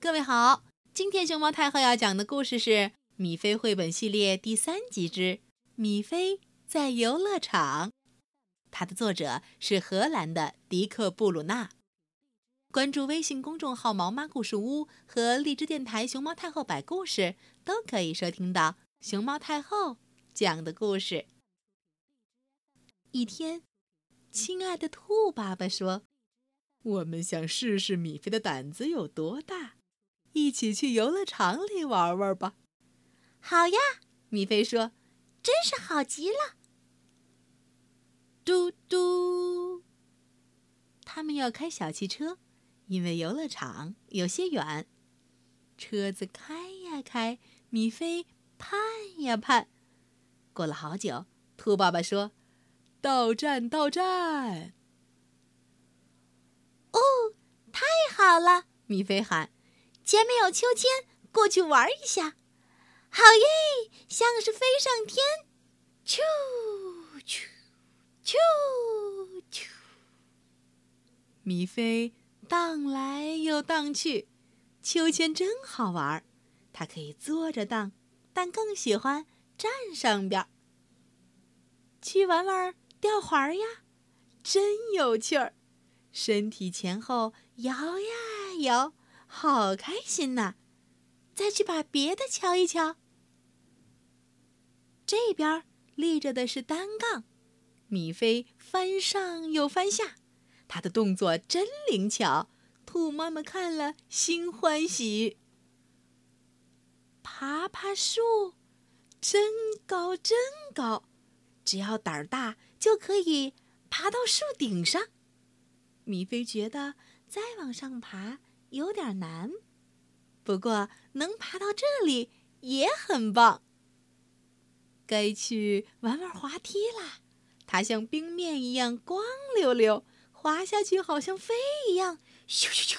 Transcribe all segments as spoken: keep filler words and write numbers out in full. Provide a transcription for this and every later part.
各位好，今天熊猫太后要讲的故事是《米菲绘本系列》第三集之《米菲在游乐场》，它的作者是荷兰的迪克·布鲁纳。关注微信公众号“毛妈故事屋”和荔枝电台“熊猫太后摆故事”，都可以收听到熊猫太后讲的故事。一天，亲爱的兔爸爸说：“我们想试试米菲的胆子有多大，一起去游乐场里玩玩吧。” 好呀， 米菲说， 真是好极了。 嘟嘟，他们要开小汽车，因为游乐场有些远。车子开呀开，米菲盼呀盼。过了好久，兔爸爸说：“到站，到站！” 哦，太好了！ 米菲喊：“ 前面有秋千，过去玩一下。”好耶，像是飞上天！啾啾啾啾， 米菲荡来又荡去，秋千真好玩。它可以坐着荡，但更喜欢站上边。去玩玩吊环呀，真有趣儿！身体前后摇呀摇，好开心呐！再去把别的瞧一瞧。这边立着的是单杠，米菲翻上又翻下，她的动作真灵巧，兔妈妈看了心欢喜。爬爬树，真高真高，只要胆儿大就可以爬到树顶上。米菲觉得再往上爬有点难，不过能爬到这里也很棒。该去玩玩滑梯啦，它像冰面一样光溜溜，滑下去好像飞一样，咻咻咻！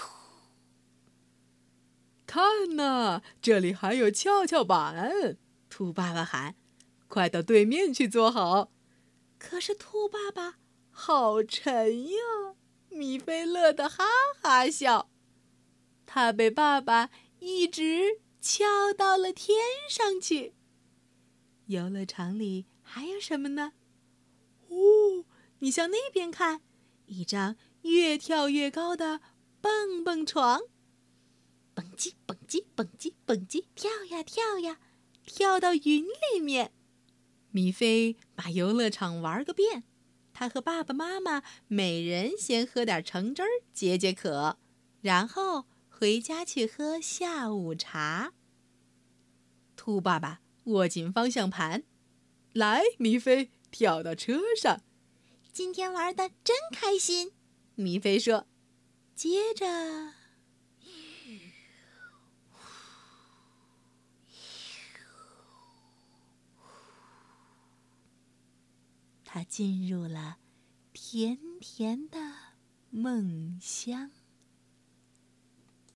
看呐，这里还有跷跷板！兔爸爸喊：“快到对面去坐好。”可是兔爸爸好沉呀，米菲乐得哈哈笑。他被爸爸一直翘到了天上去。游乐场里还有什么呢？哦，你向那边看，一张越跳越高的蹦蹦床，蹦叽蹦叽蹦叽蹦叽，跳呀跳呀，跳到云里面。米菲把游乐场玩个遍，他和爸爸妈妈每人先喝点橙汁儿解解渴，然后回家去喝下午茶。兔爸爸握紧方向盘，来，米菲，跳到车上。 今天玩的真开心， 米菲说。接着，他进入了甜甜的梦乡。